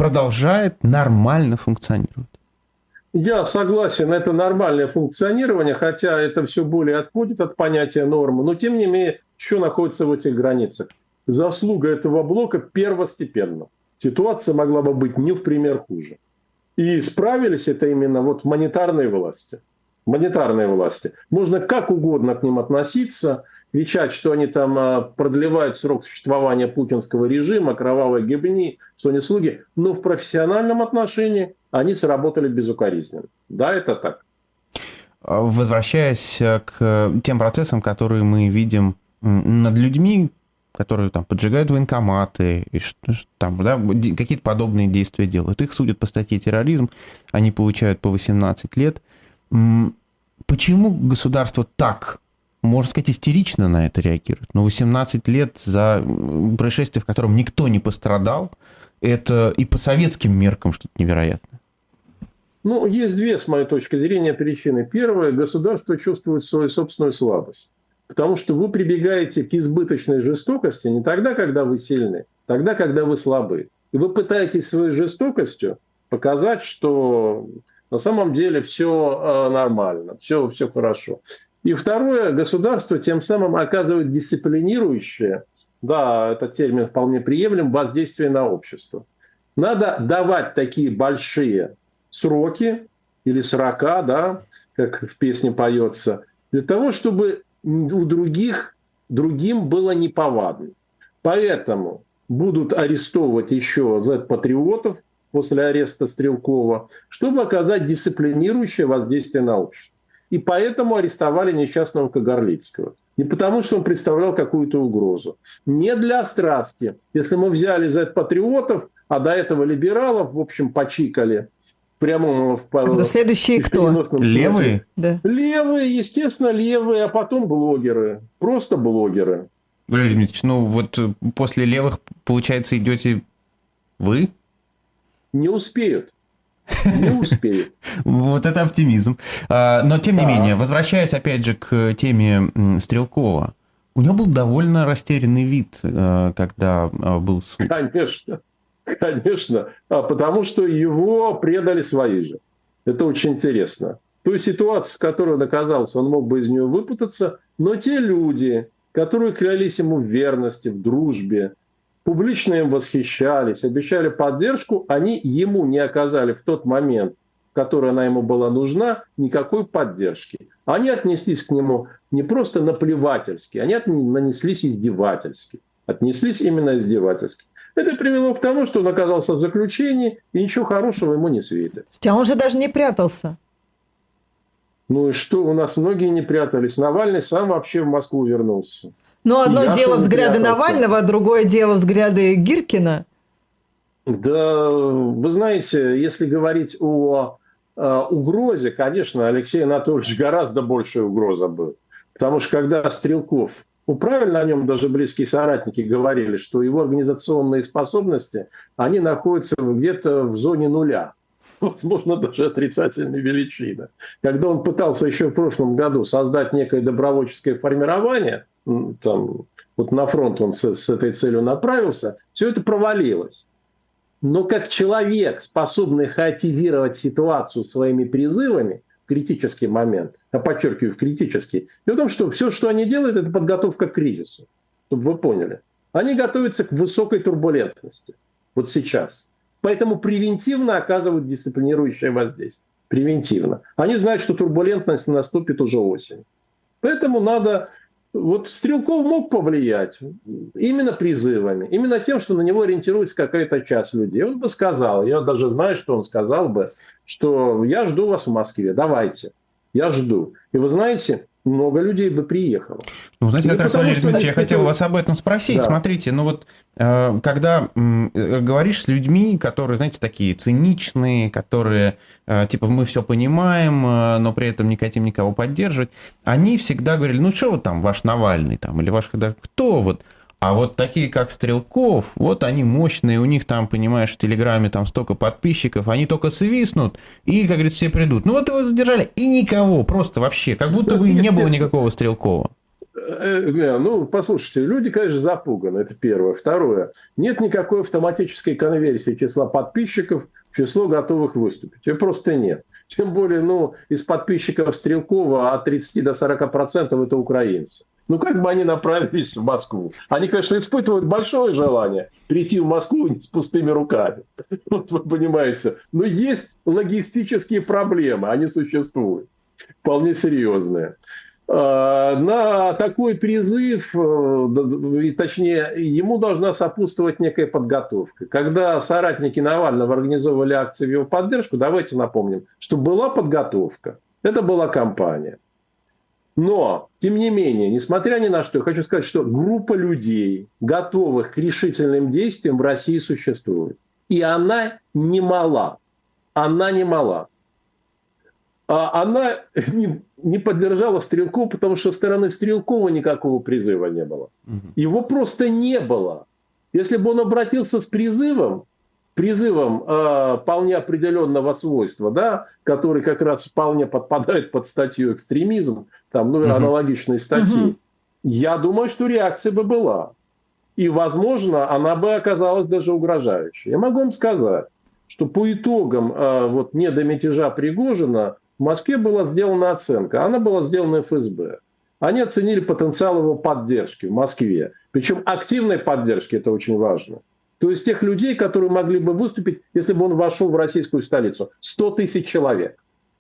Speaker 3: продолжает нормально функционировать.
Speaker 5: Я согласен, это нормальное функционирование, хотя это все более отходит от понятия нормы, но тем не менее, что находится в этих границах. Заслуга этого блока первостепенна. Ситуация могла бы быть не в пример хуже. И справились это именно вот монетарные власти. Монетарные власти. Можно как угодно к ним относиться, кричать, что они там продлевают срок существования путинского режима, кровавой гибни, что они слуги, но в профессиональном отношении они сработали безукоризненно. Да, это так.
Speaker 3: Возвращаясь к тем процессам, которые мы видим над людьми, которые там поджигают военкоматы, и что, там, да, какие-то подобные действия делают. Их судят по статье терроризм, они получают по восемнадцать лет. Почему государство так, можно сказать, истерично на это реагирует? Но восемнадцать лет за происшествие, в котором никто не пострадал, это и по советским меркам что-то невероятное.
Speaker 5: Ну, есть две, с моей точки зрения, причины. Первое, государство чувствует свою собственную слабость. Потому что вы прибегаете к избыточной жестокости не тогда, когда вы сильны, тогда, когда вы слабы. И вы пытаетесь своей жестокостью показать, что на самом деле все нормально, все, все хорошо. И второе, государство тем самым оказывает дисциплинирующее, да, этот термин вполне приемлем, воздействие на общество. Надо давать такие большие сроки, или срока, да, как в песне поется, для того, чтобы у других, другим было неповадно. Поэтому будут арестовывать еще зет-патриотов после ареста Стрелкова, чтобы оказать дисциплинирующее воздействие на общество. И поэтому арестовали несчастного Кагарлицкого. Не потому, что он представлял какую-то угрозу. Не для страстки. Если мы взяли зет-патриотов, а до этого либералов, в общем, почикали, прямом в
Speaker 4: а следующие кто?
Speaker 3: Левые?
Speaker 5: Да. Левые, естественно, левые, а потом блогеры. Просто блогеры.
Speaker 3: Валерий Дмитриевич, ну вот после левых, получается, идете вы?
Speaker 5: Не успеют. Не успеют.
Speaker 3: Вот это оптимизм. Но, тем не менее, возвращаясь опять же к теме Стрелкова, у него был довольно растерянный вид, когда был суд.
Speaker 5: Конечно. Конечно, потому что его предали свои же. Это очень интересно. Ту ситуацию, в которой он оказался, он мог бы из нее выпутаться, но те люди, которые клялись ему в верности, в дружбе, публично им восхищались, обещали поддержку, они ему не оказали в тот момент, в который она ему была нужна, никакой поддержки. Они отнеслись к нему не просто наплевательски, они нанеслись издевательски. Отнеслись именно издевательски. Это привело к тому, что он оказался в заключении, и ничего хорошего ему не светит.
Speaker 4: А он же даже не прятался.
Speaker 5: Ну и что, у нас многие не прятались. Навальный сам вообще в Москву вернулся.
Speaker 4: Но одно дело взгляды Навального, а другое дело взгляды Гиркина.
Speaker 5: Да, вы знаете, если говорить о, о угрозе, конечно, Алексей Анатольевич гораздо большая угроза был. Потому что когда Стрелков... Ну, правильно о нем даже близкие соратники говорили, что его организационные способности, они находятся где-то в зоне нуля. Возможно, даже отрицательной величины. Когда он пытался еще в прошлом году создать некое добровольческое формирование, там, вот на фронт он с, с этой целью направился, все это провалилось. Но как человек, способный хаотизировать ситуацию своими призывами, критический момент, я подчеркиваю, в критический. Дело в том, что все, что они делают, это подготовка к кризису, чтобы вы поняли. Они готовятся к высокой турбулентности, вот сейчас. Поэтому превентивно оказывают дисциплинирующее воздействие. Превентивно. Они знают, что турбулентность наступит уже осенью. Поэтому надо... Вот Стрелков мог повлиять именно призывами, именно тем, что на него ориентируется какая-то часть людей. Он бы сказал, я даже знаю, что он сказал бы, что я жду вас в Москве, давайте, я жду. И вы знаете, много людей бы приехало.
Speaker 3: Ну, знаете, как раз, Валерий Дмитриевич, я хотел вас об этом спросить. Да. Смотрите, ну вот, э, когда э, говоришь с людьми, которые, знаете, такие циничные, которые, э, типа, мы все понимаем, э, но при этом не хотим никого поддерживать, они всегда говорили, ну, что вы там, ваш Навальный, там, или ваш, кто вот? А вот такие, как Стрелков, вот они мощные, у них там, понимаешь, в Телеграме там столько подписчиков, они только свистнут, и, как говорится, все придут. Ну вот его задержали, и никого, просто вообще, как будто бы не было никакого Стрелкова.
Speaker 5: Ну, послушайте, люди, конечно, запуганы, это первое. Второе, нет никакой автоматической конверсии числа подписчиков в число готовых выступить. Ее просто нет. Тем более, ну, из подписчиков Стрелкова от тридцати до сорока процентов это украинцы. Ну, как бы они направились в Москву? Они, конечно, испытывают большое желание прийти в Москву с пустыми руками. Вот вы понимаете. Но есть логистические проблемы, они существуют. Вполне серьезные. На такой призыв, и точнее, ему должна сопутствовать некая подготовка. Когда соратники Навального организовывали акции в его поддержку, давайте напомним, что была подготовка. Это была кампания. Но, тем не менее, несмотря ни на что, я хочу сказать, что группа людей, готовых к решительным действиям, в России существует. И она не мала. Она не мала. А она не, не поддержала Стрелкова, потому что со стороны Стрелкова никакого призыва не было. Его просто не было. Если бы он обратился с призывом, призывом э, вполне определенного свойства, да, который как раз вполне подпадает под статью экстремизм, там, ну, uh-huh. аналогичные статьи, uh-huh. я думаю, что реакция бы была. И, возможно, она бы оказалась даже угрожающей. Я могу вам сказать, что по итогам э, вот, недомятежа Пригожина в Москве была сделана оценка. Она была сделана эф эс бэ. Они оценили потенциал его поддержки в Москве. Причем активной поддержки, это очень важно. То есть тех людей, которые могли бы выступить, если бы он вошел в российскую столицу. сто тысяч человек.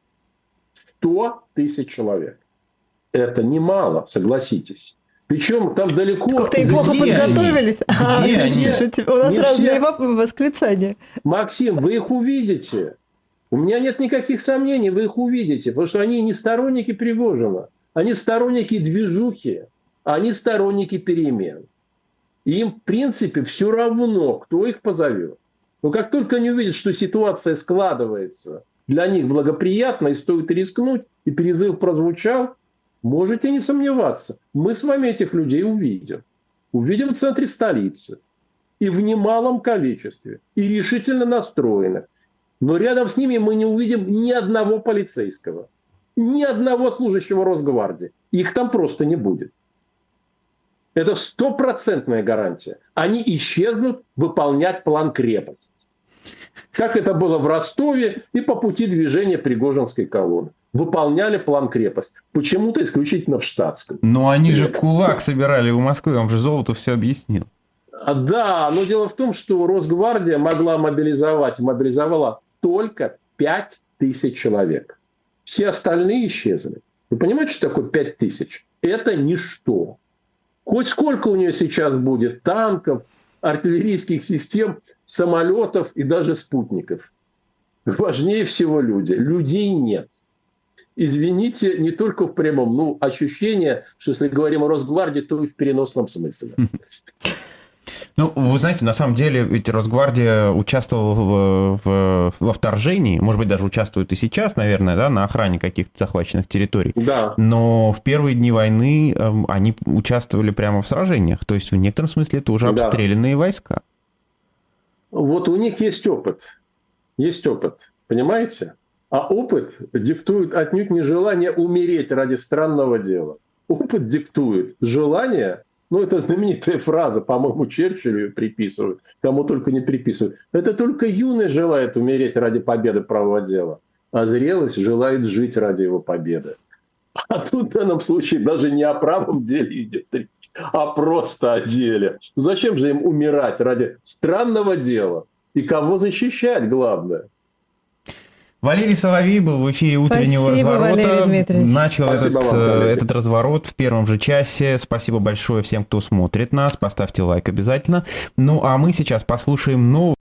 Speaker 5: сто тысяч человек. Это немало, согласитесь. Причем там далеко...
Speaker 4: Как-то неплохо подготовились. А,
Speaker 3: Где они?
Speaker 4: У нас разные восклицания.
Speaker 5: Максим, вы их увидите. У меня нет никаких сомнений, вы их увидите. Потому что они не сторонники Пригожина. Они сторонники движухи. Они сторонники перемен. И им, в принципе, все равно, кто их позовет. Но как только они увидят, что ситуация складывается для них благоприятно, и стоит рискнуть, и призыв прозвучал, можете не сомневаться. Мы с вами этих людей увидим. Увидим в центре столицы. И в немалом количестве. И решительно настроенных. Но рядом с ними мы не увидим ни одного полицейского. Ни одного служащего Росгвардии. Их там просто не будет. Это стопроцентная гарантия. Они исчезнут выполнять план крепость. Как это было в Ростове и по пути движения Пригожинской колонны. Выполняли план крепость. Почему-то исключительно в штатском.
Speaker 3: Но они же кулак собирали в Москве, вам же Золотов все объяснил.
Speaker 5: Да, но дело в том, что Росгвардия могла мобилизовать, мобилизовала только пять тысяч человек. Все остальные исчезли. Вы понимаете, что такое пять тысяч? Это ничто. Хоть сколько у нее сейчас будет танков, артиллерийских систем, самолетов и даже спутников. Важнее всего люди. Людей нет. Извините, не только в прямом, но ощущение, что если говорим о Росгвардии, то и в переносном смысле.
Speaker 3: Ну, вы знаете, на самом деле, ведь Росгвардия участвовала в, в, во вторжении, может быть, даже участвует и сейчас, наверное, да, на охране каких-то захваченных территорий.
Speaker 5: Да.
Speaker 3: Но в первые дни войны э, они участвовали прямо в сражениях. То есть, в некотором смысле, это уже
Speaker 5: да.
Speaker 3: обстрелянные войска.
Speaker 5: Вот у них есть опыт. Есть опыт. Понимаете? А опыт диктует отнюдь не желание умереть ради странного дела. Опыт диктует желание... Ну, это знаменитая фраза, по-моему, Черчиллю приписывают, кому только не приписывают. Это только юность желает умереть ради победы правого дела, а зрелость желает жить ради его победы. А тут в данном случае даже не о правом деле идет речь, а просто о деле. Зачем же им умирать ради странного дела? И кого защищать, главное?
Speaker 3: Валерий Соловей был в эфире утреннего
Speaker 4: Спасибо,
Speaker 3: разворота. Начал
Speaker 5: Спасибо
Speaker 3: этот,
Speaker 5: вам,
Speaker 3: этот разворот в первом же часе. Спасибо большое всем, кто смотрит нас. Поставьте лайк обязательно. Ну, а мы сейчас послушаем новости.